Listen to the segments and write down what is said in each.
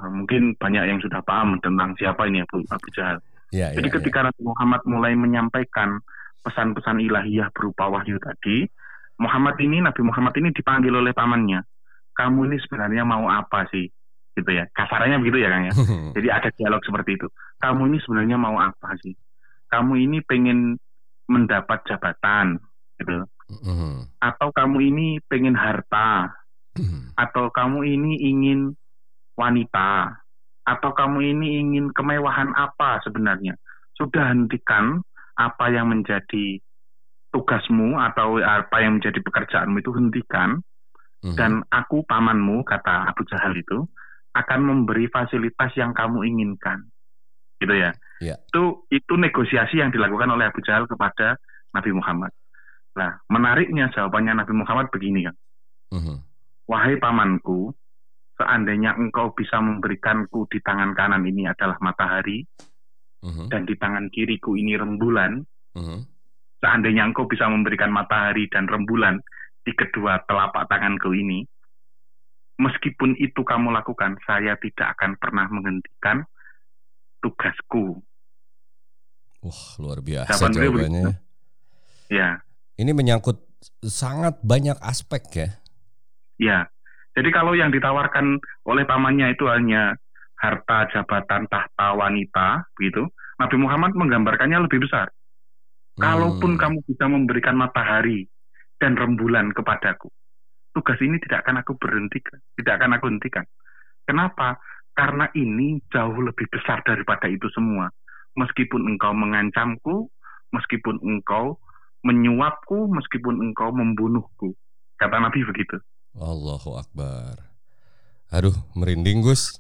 mungkin banyak yang sudah paham tentang siapa ini Abu Jahal. Jadi ketika Nabi Muhammad mulai menyampaikan pesan-pesan ilahiyah berupa wahyu tadi, Nabi Muhammad ini dipanggil oleh pamannya. Kamu ini sebenarnya mau apa sih? Gitu ya. Kasarannya begitu ya, Kang ya. Jadi ada dialog seperti itu. Kamu ini sebenarnya mau apa sih? Kamu ini pengen mendapat jabatan, gitu. Atau kamu ini pengen harta? Atau kamu ini ingin wanita? Atau kamu ini ingin kemewahan apa sebenarnya? Sudah hentikan apa yang menjadi tugasmu atau apa yang menjadi pekerjaanmu itu hentikan. Dan aku pamanmu, kata Abu Jahal itu, akan memberi fasilitas yang kamu inginkan. Gitu ya. Itu negosiasi yang dilakukan oleh Abu Jahal kepada Nabi Muhammad. Nah, menariknya jawabannya Nabi Muhammad begini, kan. Wahai pamanku, seandainya engkau bisa memberikanku di tangan kanan ini adalah matahari, dan di tangan kiriku ini rembulan, seandainya engkau bisa memberikan matahari dan rembulan di kedua telapak tanganku ini, meskipun itu kamu lakukan, saya tidak akan pernah menghentikan tugasku. Wah, luar biasa jawabannya. Ya. Ini menyangkut sangat banyak aspek ya. Ya. Jadi kalau yang ditawarkan oleh pamannya itu hanya harta, jabatan, tahta, wanita, begitu, Nabi Muhammad menggambarkannya lebih besar. Kalaupun kamu bisa memberikan matahari dan rembulan kepadaku, tugas ini tidak akan aku hentikan. Kenapa? Karena ini jauh lebih besar daripada itu semua. Meskipun engkau mengancamku, meskipun engkau menyuapku, meskipun engkau membunuhku. Kata Nabi begitu. Allahu Akbar. Aduh, merinding Gus.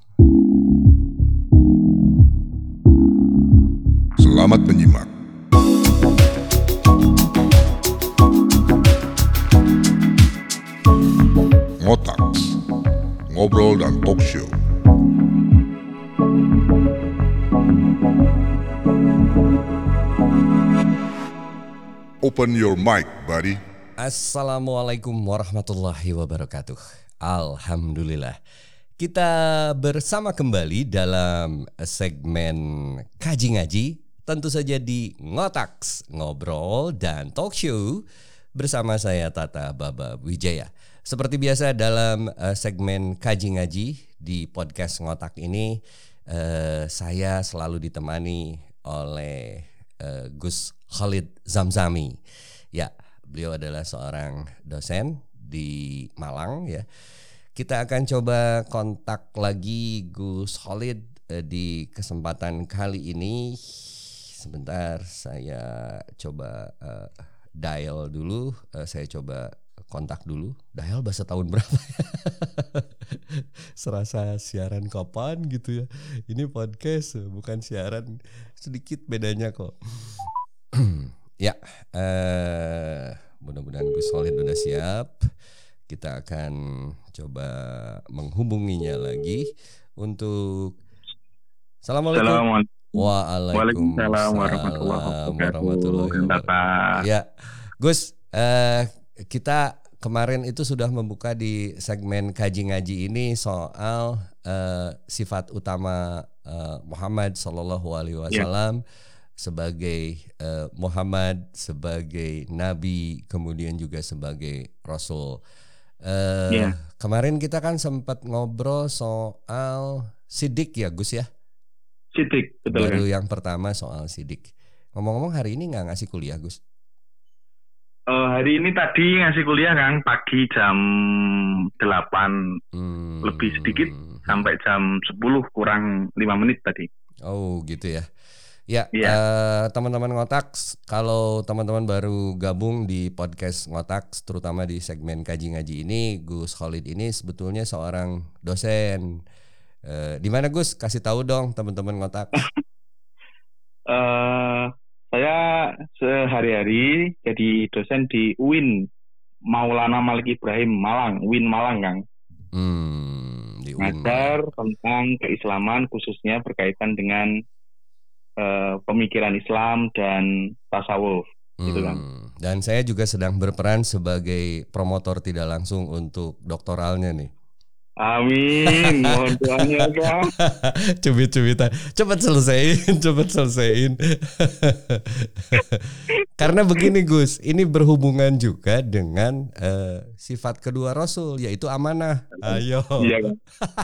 Selamat menyimak. Ngotaks, ngobrol dan talk show. Open your mic, buddy. Assalamualaikum warahmatullahi wabarakatuh. Alhamdulillah. Kita bersama kembali dalam segmen Kaji Ngaji, tentu saja di Ngotaks, ngobrol dan talk show bersama saya Tata Baba Wijaya. Seperti biasa dalam segmen Kaji Ngaji di podcast Ngotak ini, saya selalu ditemani oleh Gus Khalid Zamzami. Ya, beliau adalah seorang dosen di Malang ya. Kita akan coba kontak lagi Gus Khalid di kesempatan kali ini. Sebentar, saya coba dial dulu. Saya coba kontak dulu. Dial bahasa tahun berapa? Serasa siaran kapan gitu ya. Ini podcast bukan siaran. Sedikit bedanya kok. Ya, mudah-mudahan Gus Khalid udah siap. Kita akan coba menghubunginya lagi untuk Assalamualaikum. Waalaikumsalam warahmatullahi wabarakatuh. Ya, Gus, kita kemarin itu sudah membuka di segmen Kaji Ngaji ini soal sifat utama Muhammad SAW sebagai Muhammad, sebagai Nabi, kemudian juga sebagai Rasul. Kemarin kita kan sempat ngobrol soal sidik ya Gus ya. Sidik, betul. Baru yang pertama soal sidik. Ngomong-ngomong hari ini nggak ngasih kuliah Gus? Hari ini tadi ngasih kuliah Kang, pagi jam 8 lebih sedikit sampai jam 10 kurang 5 menit tadi. Oh gitu ya. Ya, teman-teman Ngotaks, kalau teman-teman baru gabung di podcast Ngotaks, terutama di segmen Kaji Ngaji ini, Gus Khalid ini sebetulnya seorang dosen. Di mana Gus? Kasih tahu dong teman-teman Ngotaks. Saya sehari-hari jadi dosen di UIN Maulana Malik Ibrahim Malang, UIN Malang Kang. Ngajar tentang keislaman khususnya berkaitan dengan pemikiran Islam dan tasawuf, gitu kan. Dan saya juga sedang berperan sebagai promotor tidak langsung untuk doktoralnya nih. Amin, mohon doanya Kang. Cubit-cubitan, cepat selesaiin. Karena begini Gus, ini berhubungan juga dengan sifat kedua Rasul, yaitu amanah. Ayo. Iya Kang.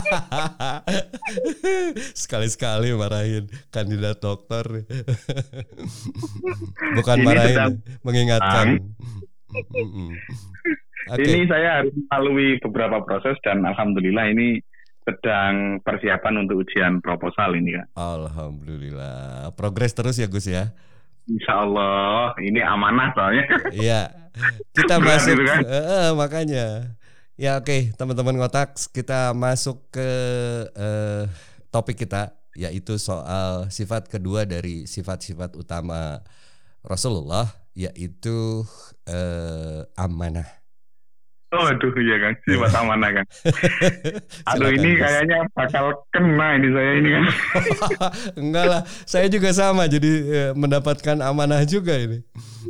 Sekali-sekali marahin kandidat dokter. Bukan Ini marahin, mengingatkan. Okay. Ini saya harus melalui beberapa proses dan alhamdulillah ini sedang persiapan untuk ujian proposal ini Kak. Alhamdulillah, progres terus ya Gus ya. Insya Allah, ini amanah soalnya. Iya, kita masuk gitu kan? Makanya. Ya oke, teman-teman ngotak, kita masuk ke topik kita, yaitu soal sifat kedua dari sifat-sifat utama Rasulullah, yaitu amanah. Oh aduh iya Kang, sifat amanah Kang. Aduh ini kayaknya bakal kena ini saya ini kan. Enggak lah, saya juga sama jadi mendapatkan amanah juga ini.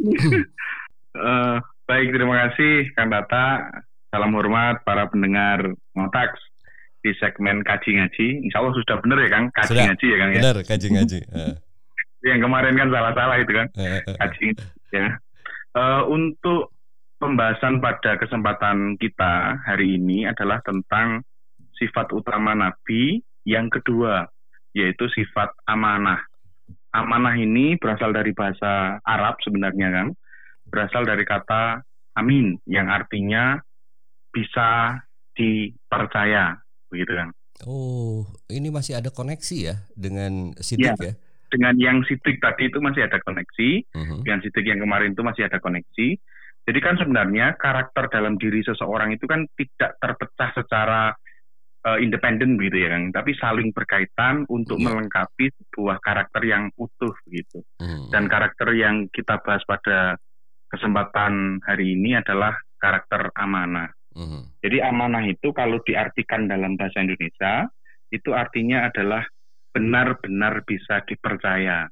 Baik, terima kasih Kang Tata. Salam hormat para pendengar Ngotak di segmen Kaji Ngaji. Insya Allah sudah benar ya Kang, Kaji Ngaji ya Kang ya. Benar, Kaji Ngaji. Yang kemarin kan salah-salah itu kan. Kaji ya. Untuk pembahasan pada kesempatan kita hari ini adalah tentang sifat utama Nabi yang kedua, yaitu sifat amanah. Amanah ini berasal dari bahasa Arab sebenarnya kan, berasal dari kata amin yang artinya bisa dipercaya, begitu kan. Oh, ini masih ada koneksi ya dengan sidik ya? Dengan yang sidik tadi itu masih ada koneksi, dengan sidik yang kemarin itu masih ada koneksi. Jadi kan sebenarnya karakter dalam diri seseorang itu kan tidak terpecah secara independen begitu ya Kang, tapi saling berkaitan untuk melengkapi sebuah karakter yang utuh gitu. Dan karakter yang kita bahas pada kesempatan hari ini adalah karakter amanah. Jadi amanah itu kalau diartikan dalam bahasa Indonesia itu artinya adalah benar-benar bisa dipercaya.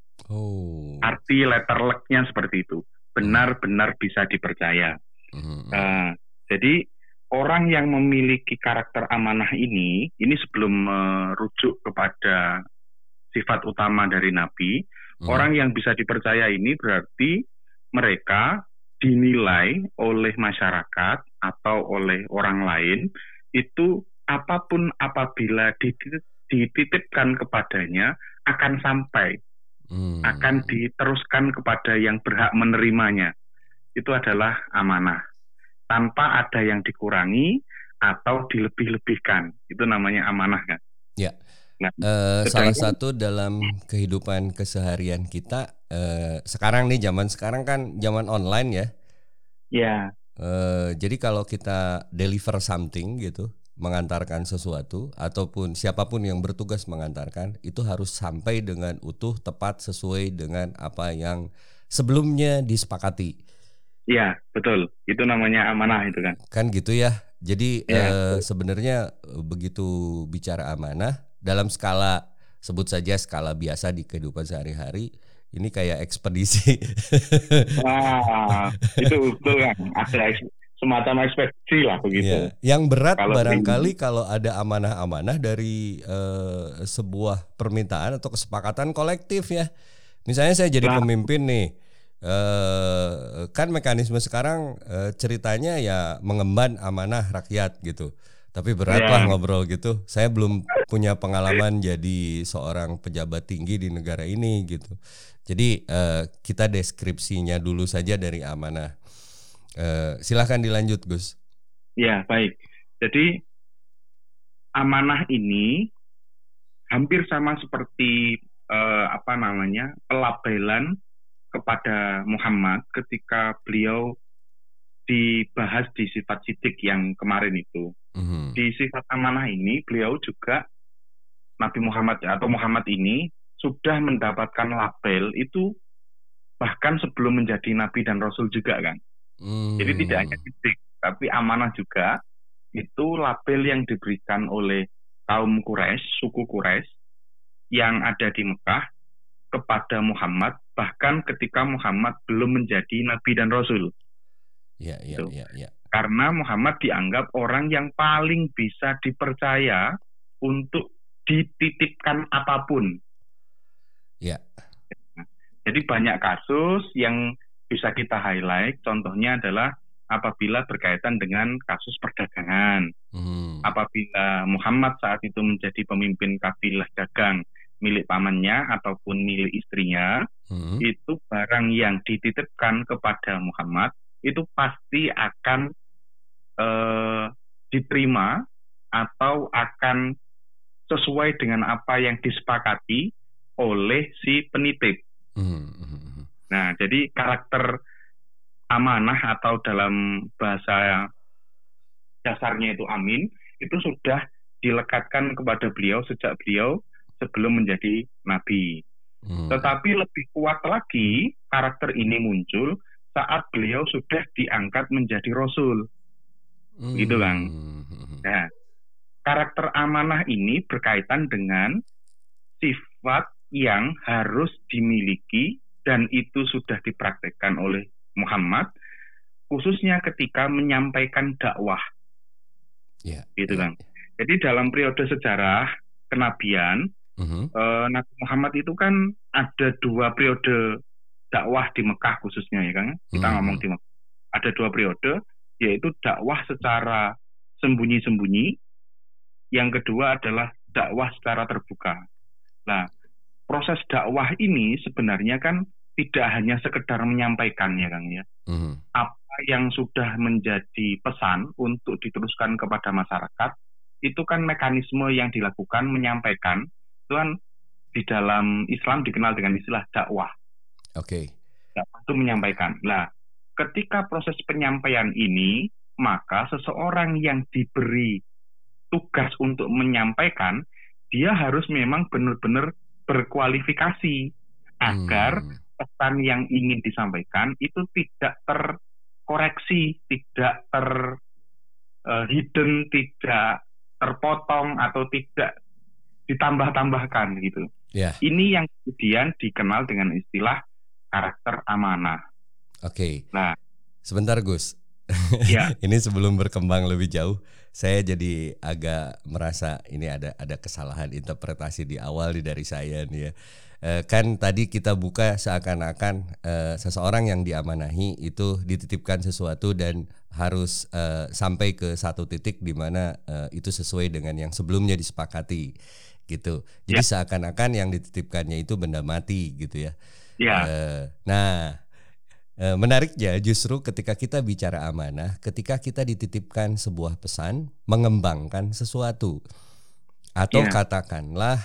Arti letter luck-nya seperti itu. Benar-benar bisa dipercaya. Jadi orang yang memiliki karakter amanah ini sebelum merujuk kepada sifat utama dari Nabi, orang yang bisa dipercaya ini berarti mereka dinilai oleh masyarakat atau oleh orang lain itu apapun apabila dititipkan kepadanya akan sampai. Akan diteruskan kepada yang berhak menerimanya. Itu adalah amanah. Tanpa ada yang dikurangi atau dilebih-lebihkan. Itu namanya amanah kan? Ya. Nah, salah satu dalam kehidupan keseharian kita sekarang nih, zaman sekarang kan zaman online ya. Ya. Jadi kalau kita deliver something gitu, mengantarkan sesuatu ataupun siapapun yang bertugas mengantarkan itu harus sampai dengan utuh, tepat, sesuai dengan apa yang sebelumnya disepakati. Iya, betul. Itu namanya amanah itu kan. Kan gitu ya. Jadi sebenarnya begitu bicara amanah dalam skala, sebut saja skala biasa di kehidupan sehari-hari, ini kayak ekspedisi. Wah, itu betul kan. Ada semacam ekspektasi lah begitu. Yang berat barangkali kalau ada amanah-amanah dari sebuah permintaan atau kesepakatan kolektif ya. Misalnya saya jadi pemimpin nih, kan mekanisme sekarang ceritanya ya mengemban amanah rakyat gitu. Tapi berat lah ngobrol gitu. Saya belum punya pengalaman jadi seorang pejabat tinggi di negara ini gitu. Jadi kita deskripsinya dulu saja dari amanah. Silahkan dilanjut Gus. Ya baik. Jadi amanah ini hampir sama seperti pelabelan kepada Muhammad ketika beliau dibahas di sifat sidik yang kemarin itu. Di sifat amanah ini beliau juga Nabi Muhammad atau Muhammad ini sudah mendapatkan label itu bahkan sebelum menjadi Nabi dan Rasul juga kan. Jadi tidak hanya sidik, tapi amanah juga itu label yang diberikan oleh kaum Quraisy, suku Quraisy yang ada di Mekah kepada Muhammad bahkan ketika Muhammad belum menjadi Nabi dan Rasul. Ya. Karena Muhammad dianggap orang yang paling bisa dipercaya untuk dititipkan apapun. Ya. Jadi banyak kasus yang bisa kita highlight. Contohnya adalah apabila berkaitan dengan kasus perdagangan. Apabila Muhammad saat itu menjadi pemimpin kabilah dagang milik pamannya ataupun milik istrinya, itu barang yang dititipkan kepada Muhammad itu pasti akan diterima atau akan sesuai dengan apa yang disepakati oleh si penitip. Nah, jadi karakter amanah atau dalam bahasa dasarnya itu amin, itu sudah dilekatkan kepada beliau sejak beliau sebelum menjadi nabi. Tetapi lebih kuat lagi karakter ini muncul saat beliau sudah diangkat menjadi rasul. Gitu kan. Nah, karakter amanah ini berkaitan dengan sifat yang harus dimiliki dan itu sudah dipraktekkan oleh Muhammad, khususnya ketika menyampaikan dakwah. Gitu kan. Jadi dalam periode sejarah kenabian, Nabi Muhammad itu kan ada 2 periode dakwah di Mekah khususnya, ya kan? Kita ngomong di Mekah. Ada 2 periode, yaitu dakwah secara sembunyi-sembunyi, yang kedua adalah dakwah secara terbuka. Nah, proses dakwah ini sebenarnya kan tidak hanya sekedar menyampaikan, ya Kang ya. Apa yang sudah menjadi pesan untuk diteruskan kepada masyarakat, itu kan mekanisme yang dilakukan menyampaikan, itu kan di dalam Islam dikenal dengan istilah dakwah. Dakwah itu menyampaikan. Nah, ketika proses penyampaian ini, maka seseorang yang diberi tugas untuk menyampaikan, dia harus memang benar-benar berkualifikasi agar pesan yang ingin disampaikan itu tidak terkoreksi, tidak hidden, tidak terpotong atau tidak ditambah-tambahkan gitu. Ini yang kemudian dikenal dengan istilah karakter amanah. Nah, sebentar Gus. Ini sebelum berkembang lebih jauh, saya jadi agak merasa ini ada kesalahan interpretasi di awal dari saya nih ya. Kan tadi kita buka seakan-akan seseorang yang diamanahi itu dititipkan sesuatu dan harus sampai ke satu titik di mana itu sesuai dengan yang sebelumnya disepakati gitu. Jadi seakan-akan yang dititipkannya itu benda mati gitu ya. Nah, menariknya justru ketika kita bicara amanah, ketika kita dititipkan sebuah pesan, mengembangkan sesuatu atau katakanlah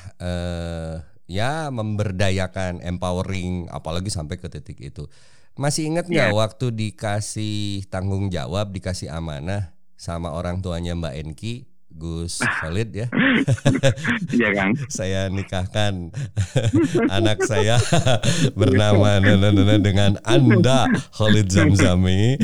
memberdayakan, empowering, apalagi sampai ke titik itu. Masih ingat nggak waktu dikasih tanggung jawab, dikasih amanah sama orang tuanya Mbak Enki, Gus Khalid ya? Iya Kang. Saya nikahkan anak saya bernama dengan Anda Khalid Zamzami.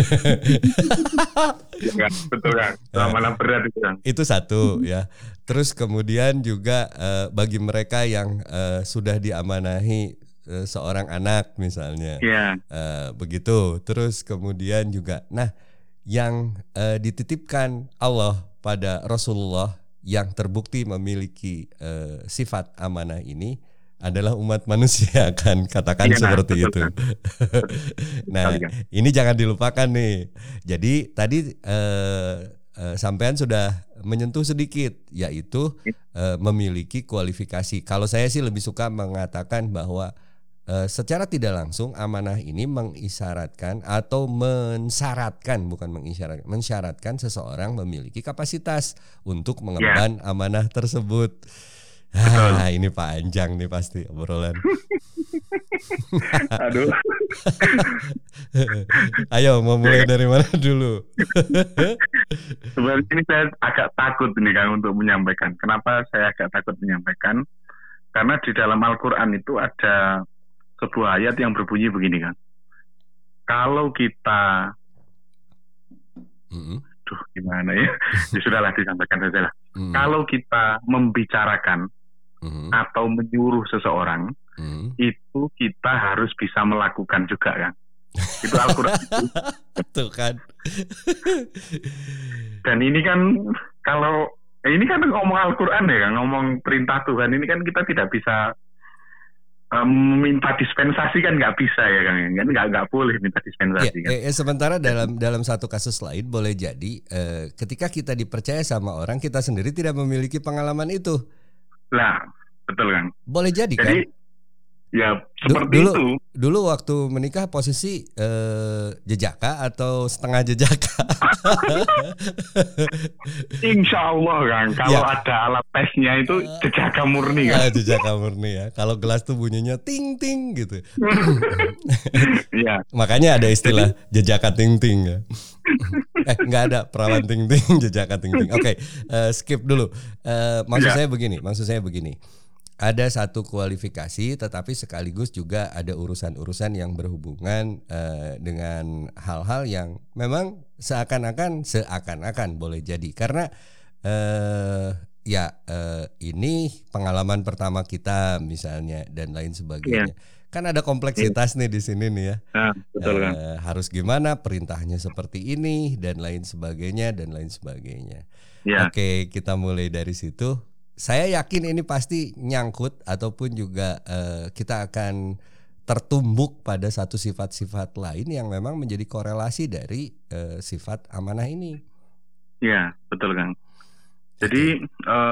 Betul Kang. Amanah berat itu Kang. Itu satu ya. Terus kemudian juga bagi mereka yang sudah diamanahi seorang anak misalnya, begitu. Terus kemudian juga, nah yang dititipkan Allah pada Rasulullah yang terbukti memiliki sifat amanah ini adalah umat manusia, kan katakan seperti itu. Nah, ini jangan dilupakan nih. Jadi tadi sampean sudah menyentuh sedikit, yaitu memiliki kualifikasi. Kalau saya sih lebih suka mengatakan bahwa secara tidak langsung amanah ini mengisyaratkan atau mensyaratkan seseorang memiliki kapasitas untuk mengemban amanah tersebut. Ini panjang nih pasti obrolan. Aduh. Ayo, mau mulai dari mana dulu? Sebenarnya ini saya agak takut ini kan untuk menyampaikan. Kenapa saya agak takut menyampaikan? Karena di dalam Al-Quran itu ada sebuah ayat yang berbunyi begini kan. Kalau kita gimana ya? Ya sudahlah, disampaikan saja lah. Kalau kita membicarakan atau menyuruh seseorang, itu kita harus bisa melakukan juga kan. Itu Al-Quran. Tuh kan. Dan ini kan kalau ini kan ngomong Al-Quran ya, ngomong perintah Tuhan, ini kan kita tidak bisa minta dispensasi, kan nggak bisa ya kan, nggak boleh minta dispensasi kan. Sementara dalam satu kasus lain boleh jadi ketika kita dipercaya sama orang, kita sendiri tidak memiliki pengalaman itu. Lah, betul kan. Boleh jadi kan. Ya seperti itu. Dulu waktu menikah posisi jejaka atau setengah jejaka? Insya Allah kan, kalau ada alat tesnya itu jejaka murni kan. Jejaka murni ya. Kalau gelas tuh bunyinya ting ting gitu. Ya. Makanya ada istilah jejaka ting ting ya. Nggak ada perawan ting ting, jejaka ting ting. Oke, skip dulu. Maksud saya begini. Ada satu kualifikasi, tetapi sekaligus juga ada urusan-urusan yang berhubungan dengan hal-hal yang memang seakan-akan boleh jadi. Karena ini pengalaman pertama kita misalnya dan lain sebagainya. Kan ada kompleksitas nih di sini nih ya. Betul kan. Harus gimana, perintahnya seperti ini dan lain sebagainya. Oke, kita mulai dari situ. Saya yakin ini pasti nyangkut ataupun juga kita akan tertumbuk pada satu sifat-sifat lain yang memang menjadi korelasi dari sifat amanah ini. Ya, betul Kang. Jadi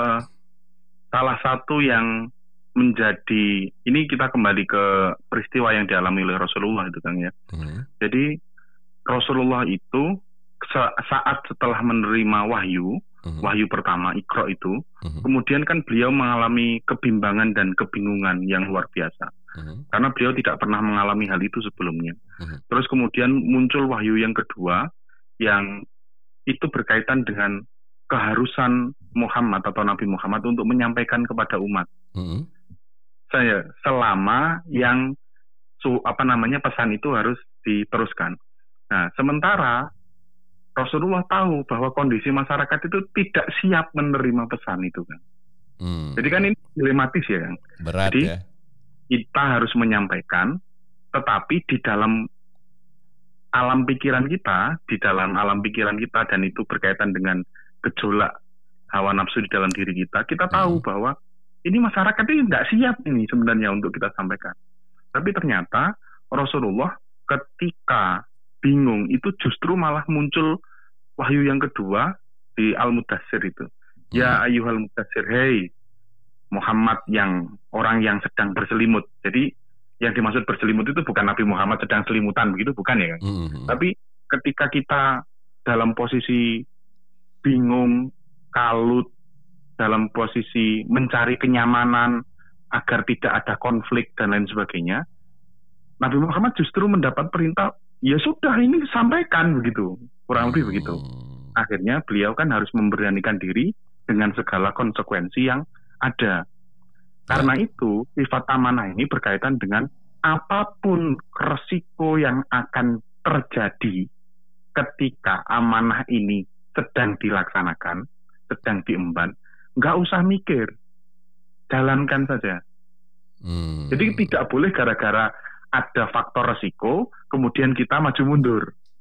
salah satu yang menjadi, ini kita kembali ke peristiwa yang dialami oleh Rasulullah itu Kang ya. Jadi Rasulullah itu saat setelah menerima wahyu pertama Iqra itu, kemudian kan beliau mengalami kebimbangan dan kebingungan yang luar biasa. Karena beliau tidak pernah mengalami hal itu sebelumnya. Terus kemudian muncul wahyu yang kedua yang itu berkaitan dengan keharusan Muhammad atau Nabi Muhammad untuk menyampaikan kepada umat. Saya selama yang pesan itu harus diteruskan. Nah, sementara Rasulullah tahu bahwa kondisi masyarakat itu tidak siap menerima pesan itu kan. Jadi kan ini dilematis ya kan. Berat. Jadi ya. Kita harus menyampaikan, tetapi di dalam alam pikiran kita, dan itu berkaitan dengan gejolak hawa nafsu di dalam diri kita tahu bahwa ini masyarakat ini tidak siap ini sebenarnya untuk kita sampaikan. Tapi ternyata Rasulullah ketika bingung itu justru malah muncul wahyu yang kedua di Al-Mudaththir itu. Ya ayyuhal mudaththir, hei Muhammad yang orang yang sedang berselimut. Jadi yang dimaksud berselimut itu bukan Nabi Muhammad sedang selimutan begitu, bukan ya kan? Tapi ketika kita dalam posisi bingung, kalut, dalam posisi mencari kenyamanan agar tidak ada konflik dan lain sebagainya, Nabi Muhammad justru mendapat perintah, ya sudah ini sampaikan begitu, kurang lebih begitu. Akhirnya beliau kan harus memberanikan diri dengan segala konsekuensi yang ada. Karena itu sifat amanah ini berkaitan dengan apapun resiko yang akan terjadi ketika amanah ini sedang dilaksanakan, sedang diemban, nggak usah mikir, jalankan saja. Jadi tidak boleh gara-gara ada faktor resiko, kemudian kita maju mundur.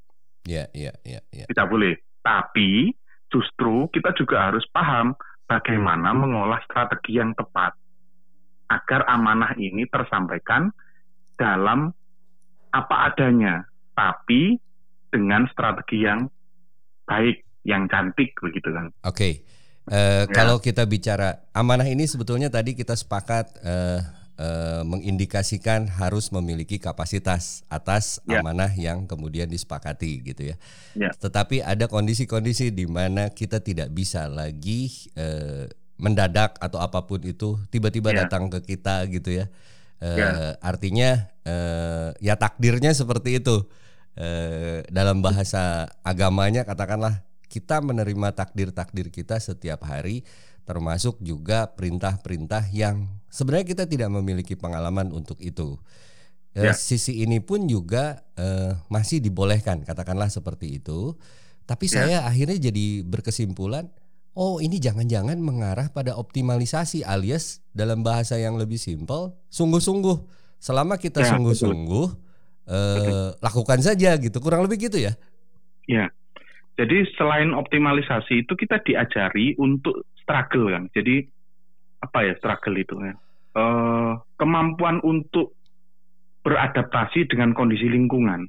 Tidak boleh. Tapi justru kita juga harus paham bagaimana mengolah strategi yang tepat agar amanah ini tersampaikan dalam apa adanya, tapi dengan strategi yang baik, yang cantik begitu kan. Oke. Kalau kita bicara amanah ini sebetulnya tadi kita sepakat mengindikasikan harus memiliki kapasitas atas amanah yang kemudian disepakati gitu ya. Tetapi ada kondisi-kondisi di mana kita tidak bisa lagi mendadak atau apapun itu tiba-tiba datang ke kita gitu ya. Artinya ya takdirnya seperti itu. Dalam bahasa agamanya katakanlah kita menerima takdir-takdir kita setiap hari, termasuk juga perintah-perintah yang sebenarnya kita tidak memiliki pengalaman untuk itu. Sisi ini pun juga masih dibolehkan, katakanlah seperti itu. Tapi saya akhirnya jadi berkesimpulan, oh ini jangan-jangan mengarah pada optimalisasi, alias dalam bahasa yang lebih simpel, sungguh-sungguh. Selama kita sungguh-sungguh, lakukan saja gitu, kurang lebih gitu ya. Ya, jadi selain optimalisasi itu kita diajari untuk struggle kan. Jadi apa ya struggle itu ya? Kemampuan untuk beradaptasi dengan kondisi lingkungan.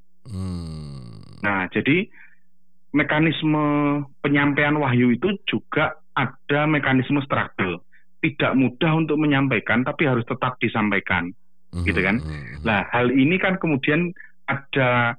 Nah, jadi mekanisme penyampaian wahyu itu juga ada mekanisme struggle. Tidak mudah untuk menyampaikan, tapi harus tetap disampaikan, gitu kan? Nah, hal ini kan kemudian ada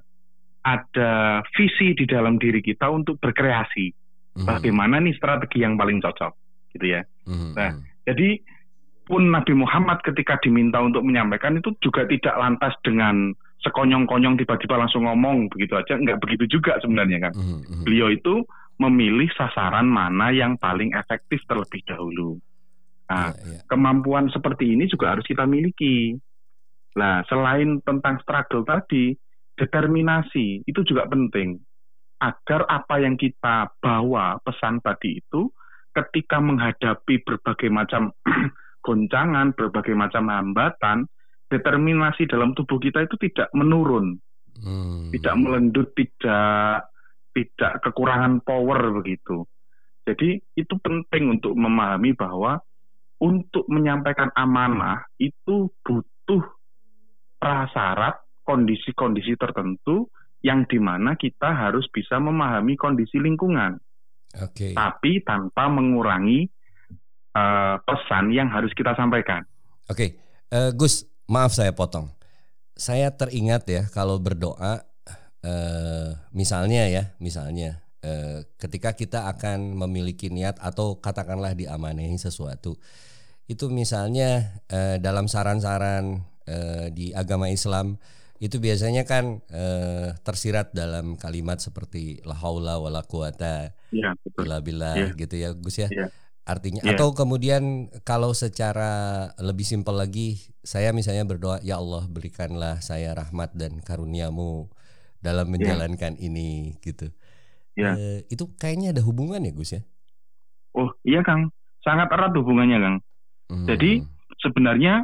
visi di dalam diri kita untuk berkreasi. Bagaimana nih strategi yang paling cocok, gitu ya? Nah, jadi pun Nabi Muhammad ketika diminta untuk menyampaikan itu juga tidak lantas dengan sekonyong-konyong tiba-tiba langsung ngomong begitu aja, enggak begitu juga sebenarnya kan. Beliau itu memilih sasaran mana yang paling efektif terlebih dahulu. Nah, kemampuan seperti ini juga harus kita miliki. Nah, selain tentang struggle tadi, determinasi itu juga penting agar apa yang kita bawa pesan tadi itu ketika menghadapi berbagai macam goncangan, berbagai macam hambatan, determinasi dalam tubuh kita itu tidak menurun, tidak melendut, tidak kekurangan power begitu. Jadi itu penting untuk memahami bahwa untuk menyampaikan amanah itu butuh prasyarat kondisi-kondisi tertentu yang dimana kita harus bisa memahami kondisi lingkungan, tapi tanpa mengurangi pesan yang harus kita sampaikan. Gus, maaf saya potong. Saya teringat ya kalau berdoa, misalnya ketika kita akan memiliki niat atau katakanlah diamanahi sesuatu, itu misalnya dalam saran-saran di agama Islam itu biasanya kan tersirat dalam kalimat seperti la haula wala quwata illa billah gitu ya Gus ya. Artinya atau kemudian kalau secara lebih simpel lagi, saya misalnya berdoa, ya Allah berikanlah saya rahmat dan karuniamu dalam menjalankan ini gitu. Itu kayaknya ada hubungan ya Gus ya? Oh iya Kang, sangat erat hubungannya Kang. Jadi sebenarnya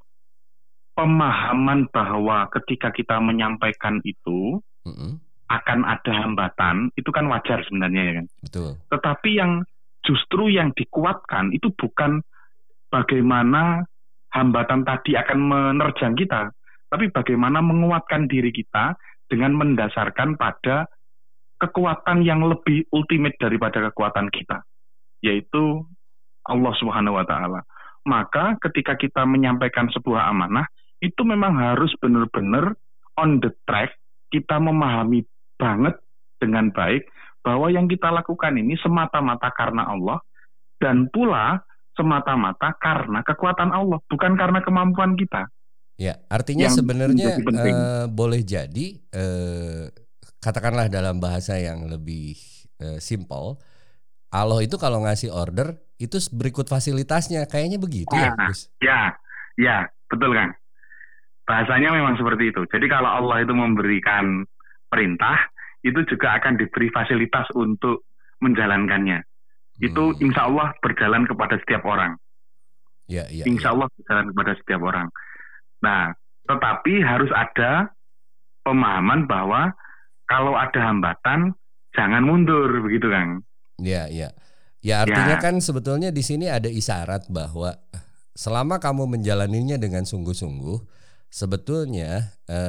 pemahaman bahwa ketika kita menyampaikan itu akan ada hambatan, itu kan wajar sebenarnya ya kan. Betul. Tetapi justru yang dikuatkan itu bukan bagaimana hambatan tadi akan menerjang kita, tapi bagaimana menguatkan diri kita dengan mendasarkan pada kekuatan yang lebih ultimate daripada kekuatan kita, yaitu Allah Subhanahu wa Ta'ala. Maka ketika kita menyampaikan sebuah amanah, itu memang harus benar-benar on the track, kita memahami banget dengan baik bahwa yang kita lakukan ini semata-mata karena Allah dan pula semata-mata karena kekuatan Allah, bukan karena kemampuan kita. Ya, artinya sebenarnya boleh jadi katakanlah dalam bahasa yang lebih simple, Allah itu kalau ngasih order itu berikut fasilitasnya, kayaknya begitu ya, Gus? Ya, betul kan? Bahasanya memang seperti itu. Jadi kalau Allah itu memberikan perintah, itu juga akan diberi fasilitas untuk menjalankannya. Itu insya Allah berjalan kepada setiap orang. Insya Allah berjalan kepada setiap orang. Nah, tetapi harus ada pemahaman bahwa kalau ada hambatan, jangan mundur, begitu Kang. Ya artinya kan sebetulnya di sini ada isyarat bahwa selama kamu menjalaninya dengan sungguh-sungguh, sebetulnya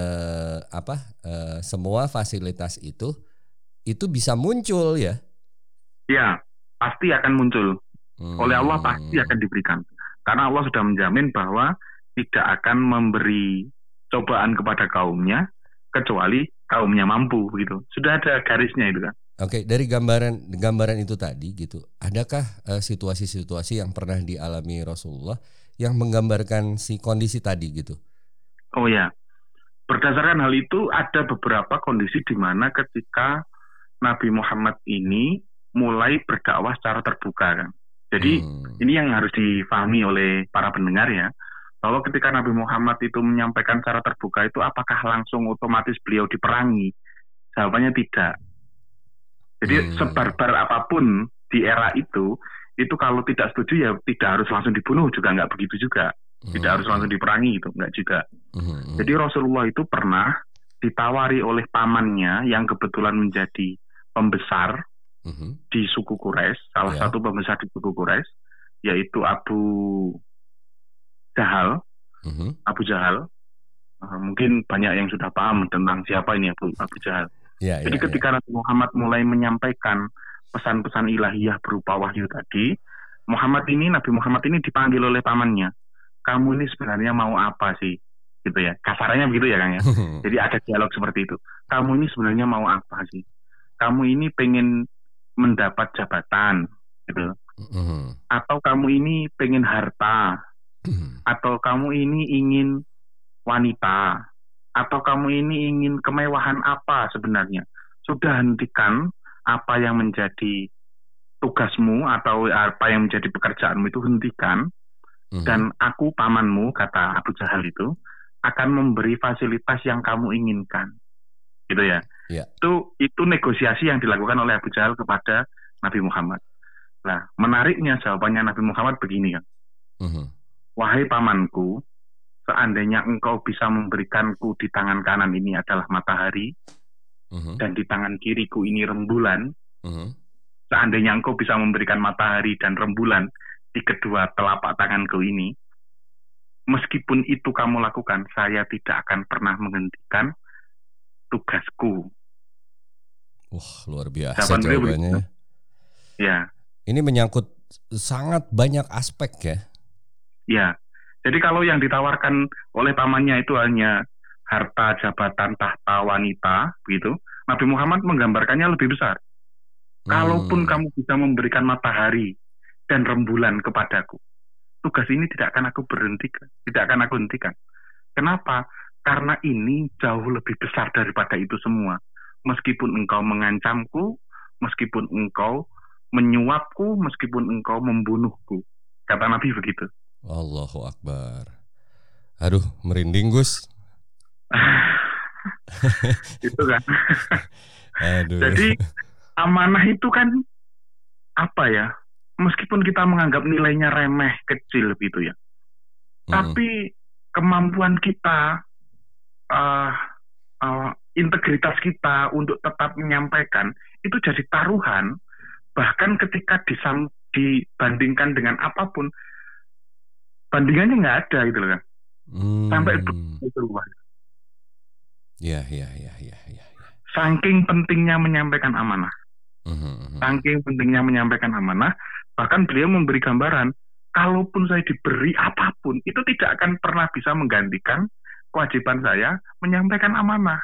semua fasilitas itu bisa muncul ya. Ya, pasti akan muncul. Oleh Allah pasti akan diberikan. Karena Allah sudah menjamin bahwa tidak akan memberi cobaan kepada kaumnya kecuali kaumnya mampu begitu. Sudah ada garisnya itu kan. Oke, dari gambaran itu tadi gitu, adakah situasi-situasi yang pernah dialami Rasulullah yang menggambarkan si kondisi tadi gitu? Oh ya, berdasarkan hal itu ada beberapa kondisi di mana ketika Nabi Muhammad ini mulai berdakwah secara terbuka kan. Jadi ini yang harus difahami oleh para pendengar ya, bahwa ketika Nabi Muhammad itu menyampaikan secara terbuka itu apakah langsung otomatis beliau diperangi? Jawabannya tidak. Jadi sebarbar apapun di era itu kalau tidak setuju ya tidak harus langsung dibunuh juga, nggak begitu juga. Tidak harus langsung diperangi itu, nggak juga. Jadi Rasulullah itu pernah ditawari oleh pamannya yang kebetulan menjadi pembesar di suku Quraisy, salah satu pembesar di suku Quraisy, yaitu Abu Jahal. Abu Jahal. Mungkin banyak yang sudah paham tentang siapa ini Abu Jahal. Jadi ketika Nabi Muhammad mulai menyampaikan pesan-pesan ilahiyah berupa wahyu tadi, Nabi Muhammad ini dipanggil oleh pamannya. Kamu ini sebenarnya mau apa sih? Gitu ya. Kasarannya begitu ya, Kang ya. Jadi ada dialog seperti itu. Kamu ini sebenarnya mau apa sih? Kamu ini pengen mendapat jabatan, gitu. Atau kamu ini pengen harta? Atau kamu ini ingin wanita? Atau kamu ini ingin kemewahan apa sebenarnya? Sudah hentikan apa yang menjadi tugasmu atau apa yang menjadi pekerjaanmu itu, hentikan. Dan aku pamanmu, kata Abu Jahal itu, akan memberi fasilitas yang kamu inginkan, gitu ya. Itu negosiasi yang dilakukan oleh Abu Jahal kepada Nabi Muhammad. Nah, menariknya jawabannya Nabi Muhammad begini, kan. Wahai pamanku, seandainya engkau bisa memberikanku di tangan kanan ini adalah matahari, dan di tangan kiriku ini rembulan, seandainya engkau bisa memberikan matahari dan rembulan di kedua telapak tanganku ini, meskipun itu kamu lakukan, saya tidak akan pernah menghentikan tugasku. Wah, luar biasa jawabannya. Ya. Ini menyangkut sangat banyak aspek ya. Ya. Jadi kalau yang ditawarkan oleh pamannya itu hanya harta, jabatan, tahta, wanita, begitu, Nabi Muhammad menggambarkannya lebih besar. Kalaupun kamu bisa memberikan matahari dan rembulan kepadaku, tugas ini tidak akan aku hentikan. Kenapa? Karena ini jauh lebih besar daripada itu semua. Meskipun engkau mengancamku, meskipun engkau menyuapku, meskipun engkau membunuhku. Kata Nabi begitu. Allahu Akbar. Aduh, merinding, Gus. Itu kan. Aduh. Jadi amanah itu kan apa ya? Meskipun kita menganggap nilainya remeh, kecil gitu ya, tapi kemampuan kita, integritas kita untuk tetap menyampaikan itu jadi taruhan. Bahkan ketika dibandingkan dengan apapun, bandingannya nggak ada gitu loh, kan. Sampai itu luar. Ya. Saking pentingnya menyampaikan amanah. Saking pentingnya menyampaikan amanah. Bahkan beliau memberi gambaran, kalaupun saya diberi apapun, itu tidak akan pernah bisa menggantikan kewajiban saya menyampaikan amanah.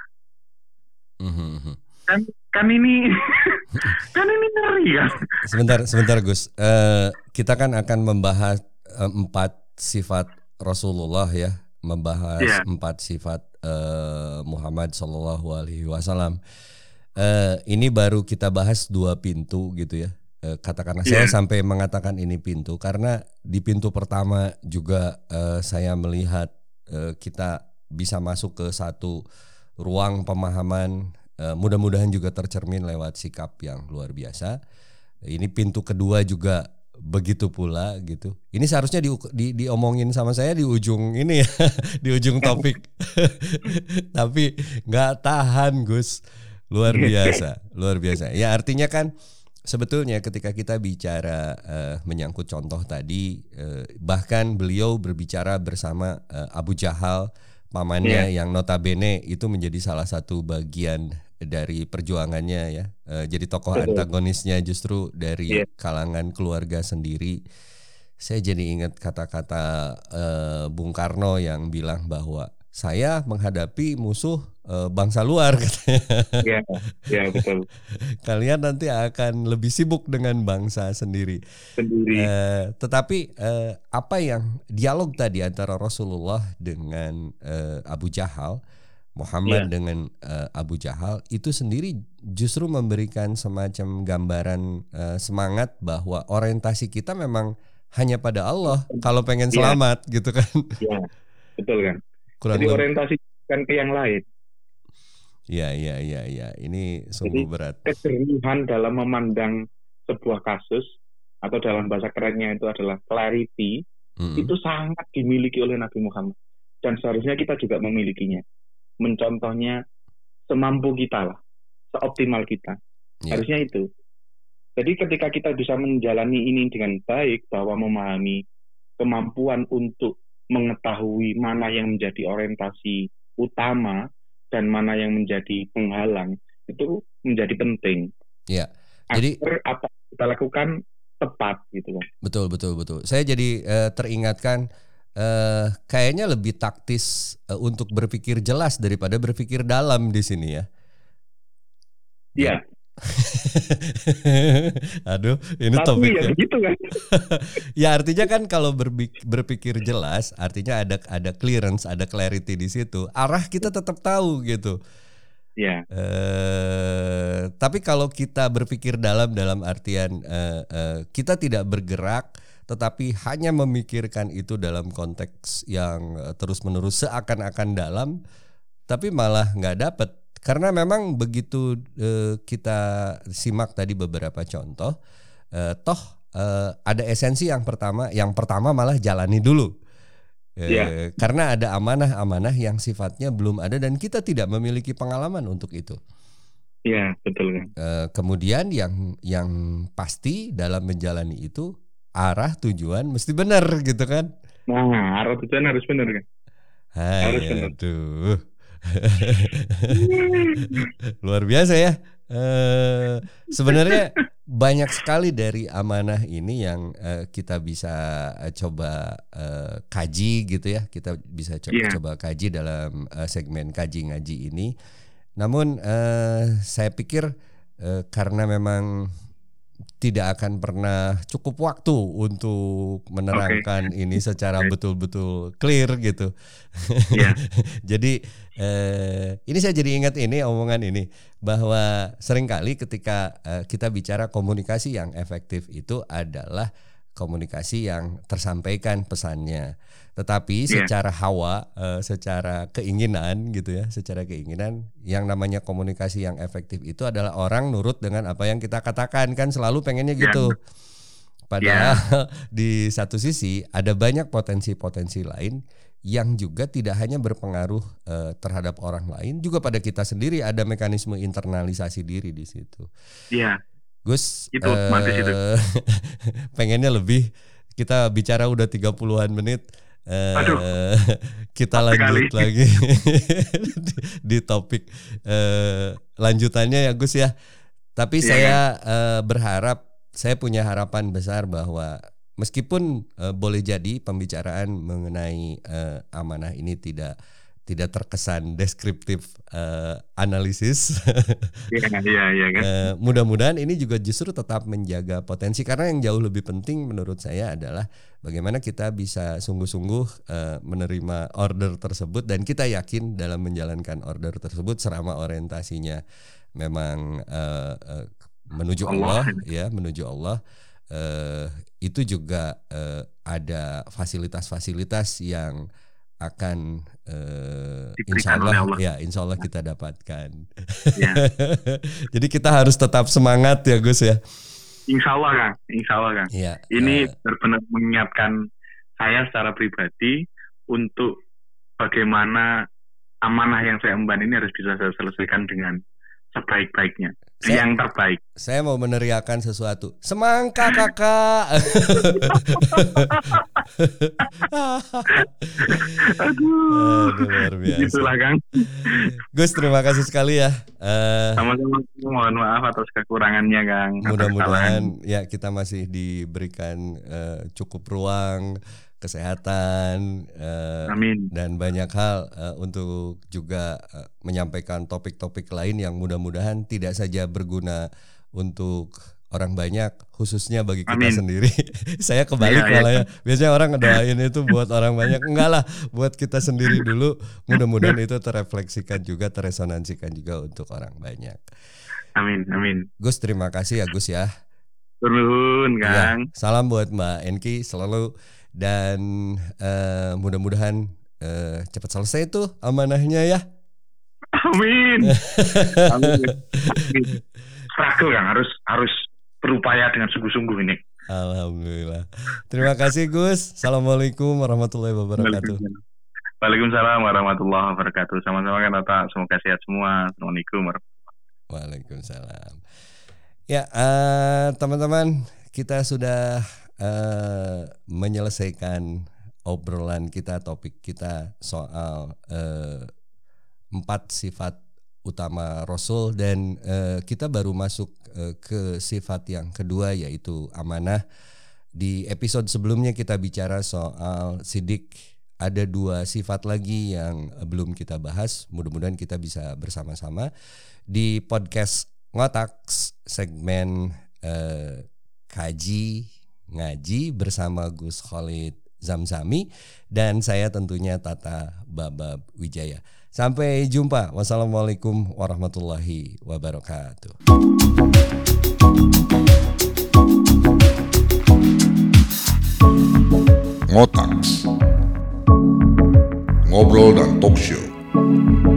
Kan ini kan ini ngeri ya. Sebentar Gus. Kita kan akan membahas 4 sifat Rasulullah ya, membahas 4 sifat Muhammad SAW. Ini baru kita bahas 2 pintu gitu ya. Katakanlah saya sampai mengatakan ini pintu karena di pintu pertama juga saya melihat kita bisa masuk ke satu ruang pemahaman, mudah-mudahan juga tercermin lewat sikap yang luar biasa. Ini pintu kedua juga begitu pula gitu. Ini seharusnya diomongin sama saya di ujung ini ya, di ujung topik. Tapi nggak tahan, Gus. Luar biasa. Ya artinya kan sebetulnya ketika kita bicara menyangkut contoh tadi, bahkan beliau berbicara bersama Abu Jahal, pamannya yang notabene itu menjadi salah satu bagian dari perjuangannya ya. Jadi tokoh antagonisnya justru dari kalangan keluarga sendiri. Saya jadi ingat kata-kata Bung Karno yang bilang bahwa saya menghadapi musuh bangsa luar katanya. Ya betul. Kalian nanti akan lebih sibuk dengan bangsa sendiri. Tetapi apa yang dialog tadi antara Rasulullah dengan Abu Jahal, Muhammad dengan Abu Jahal itu sendiri justru memberikan semacam gambaran semangat bahwa orientasi kita memang hanya pada Allah kalau pengen selamat gitu kan. Iya, betul kan. Jadi orientasi kan ke yang lain. Iya. Ini sungguh berat. Kejelihan dalam memandang sebuah kasus atau dalam bahasa kerennya itu adalah clarity, itu sangat dimiliki oleh Nabi Muhammad dan seharusnya kita juga memilikinya. Mencontohnya semampu kita lah, seoptimal kita. Harusnya itu. Jadi ketika kita bisa menjalani ini dengan baik, bahwa memahami kemampuan untuk mengetahui mana yang menjadi orientasi utama dan mana yang menjadi penghalang, itu menjadi penting. Iya. Jadi apa yang kita lakukan tepat gitu kan. Betul. Saya jadi teringatkan kayaknya lebih taktis untuk berpikir jelas daripada berpikir dalam di sini ya. Iya. Aduh, ini tapi topiknya. Ya begitu kan. Ya artinya kan kalau berpikir jelas, artinya ada clearance, ada clarity di situ. Arah kita tetap tahu gitu. Ya. Tapi kalau kita berpikir dalam artian kita tidak bergerak, tetapi hanya memikirkan itu dalam konteks yang terus-menerus seakan-akan dalam, tapi malah nggak dapet. Karena memang begitu kita simak tadi beberapa contoh, ada esensi yang pertama malah jalani dulu. Karena ada amanah-amanah yang sifatnya belum ada dan kita tidak memiliki pengalaman untuk itu. Iya, betul kan. Kemudian yang pasti dalam menjalani itu arah tujuan mesti benar gitu kan. Nah, arah tujuan harus benar kan. Harus benar. Aduh. Luar biasa ya. Sebenarnya banyak sekali dari amanah ini yang kita bisa coba kaji gitu ya. Kita bisa coba kaji dalam segmen kaji ngaji ini. Namun saya pikir karena memang tidak akan pernah cukup waktu untuk menerangkan ini secara betul-betul clear gitu. Jadi ini saya jadi ingat ini omongan ini, bahwa seringkali ketika kita bicara komunikasi yang efektif itu adalah komunikasi yang tersampaikan pesannya. Tetapi secara hawa, secara keinginan gitu ya, secara keinginan yang namanya komunikasi yang efektif itu adalah orang nurut dengan apa yang kita katakan, kan selalu pengennya gitu. Padahal di satu sisi ada banyak potensi-potensi lain yang juga tidak hanya berpengaruh terhadap orang lain, juga pada kita sendiri ada mekanisme internalisasi diri di situ. Iya. Gus, itu. pengennya lebih, kita bicara udah 30-an menit. Kita lanjut lagi di topik lanjutannya ya Gus ya. Tapi saya berharap, saya punya harapan besar bahwa meskipun boleh jadi pembicaraan mengenai amanah ini tidak terkesan deskriptif analisis. Mudah-mudahan ini juga justru tetap menjaga potensi, karena yang jauh lebih penting menurut saya adalah bagaimana kita bisa sungguh-sungguh menerima order tersebut, dan kita yakin dalam menjalankan order tersebut selama orientasinya memang menuju Allah ya, menuju Allah. Itu juga ada fasilitas-fasilitas yang akan insya Allah kita dapatkan. Jadi kita harus tetap semangat ya Gus ya. Insya Allah Kang. Ya, ini benar-benar mengingatkan saya secara pribadi untuk bagaimana amanah yang saya emban ini harus bisa saya selesaikan dengan sebaik-baiknya. Yang terbaik. Saya mau meneriakan sesuatu. Semangka kakak. Aduh, luar biasa. Itulah Kang. Gus, terima kasih sekali ya. Sama-sama, mohon maaf atas kekurangannya Kang. Mudah-mudahan ya kita masih diberikan cukup ruang, kesehatan, dan banyak hal untuk juga menyampaikan topik-topik lain yang mudah-mudahan tidak saja berguna untuk orang banyak, khususnya bagi kita sendiri. Saya kebalik malah ya. Biasanya orang ngedoain itu buat orang banyak, enggak lah, buat kita sendiri dulu. Mudah-mudahan itu terefleksikan juga, terresonansikan juga untuk orang banyak. Amin. Gus, terima kasih ya Gus ya. Nuhun Kang. Ya, salam buat Mbak Enki selalu. Dan mudah-mudahan cepat selesai tuh amanahnya ya. Amin. Struggle Kang, harus berupaya dengan sungguh-sungguh ini. Alhamdulillah. Terima kasih Gus. Assalamualaikum warahmatullahi wabarakatuh. Waalaikumsalam warahmatullahi wabarakatuh. Sama-sama kan Tata, semoga sehat semua. Assalamualaikum warahmatullahi wabarakatuh. Waalaikumsalam. Ya, teman-teman, kita sudah menyelesaikan obrolan kita, topik kita soal 4 sifat utama Rasul, dan kita baru masuk ke sifat yang kedua, yaitu amanah. Di episode sebelumnya kita bicara soal sidik. Ada 2 sifat lagi yang belum kita bahas. Mudah-mudahan kita bisa bersama-sama di podcast Ngotak, segmen kaji ngaji bersama Gus Khalid Zamzami dan saya tentunya Tata Babab Wijaya. Sampai jumpa. Wassalamualaikum warahmatullahi wabarakatuh. Ngotak, ngobrol dan talk show.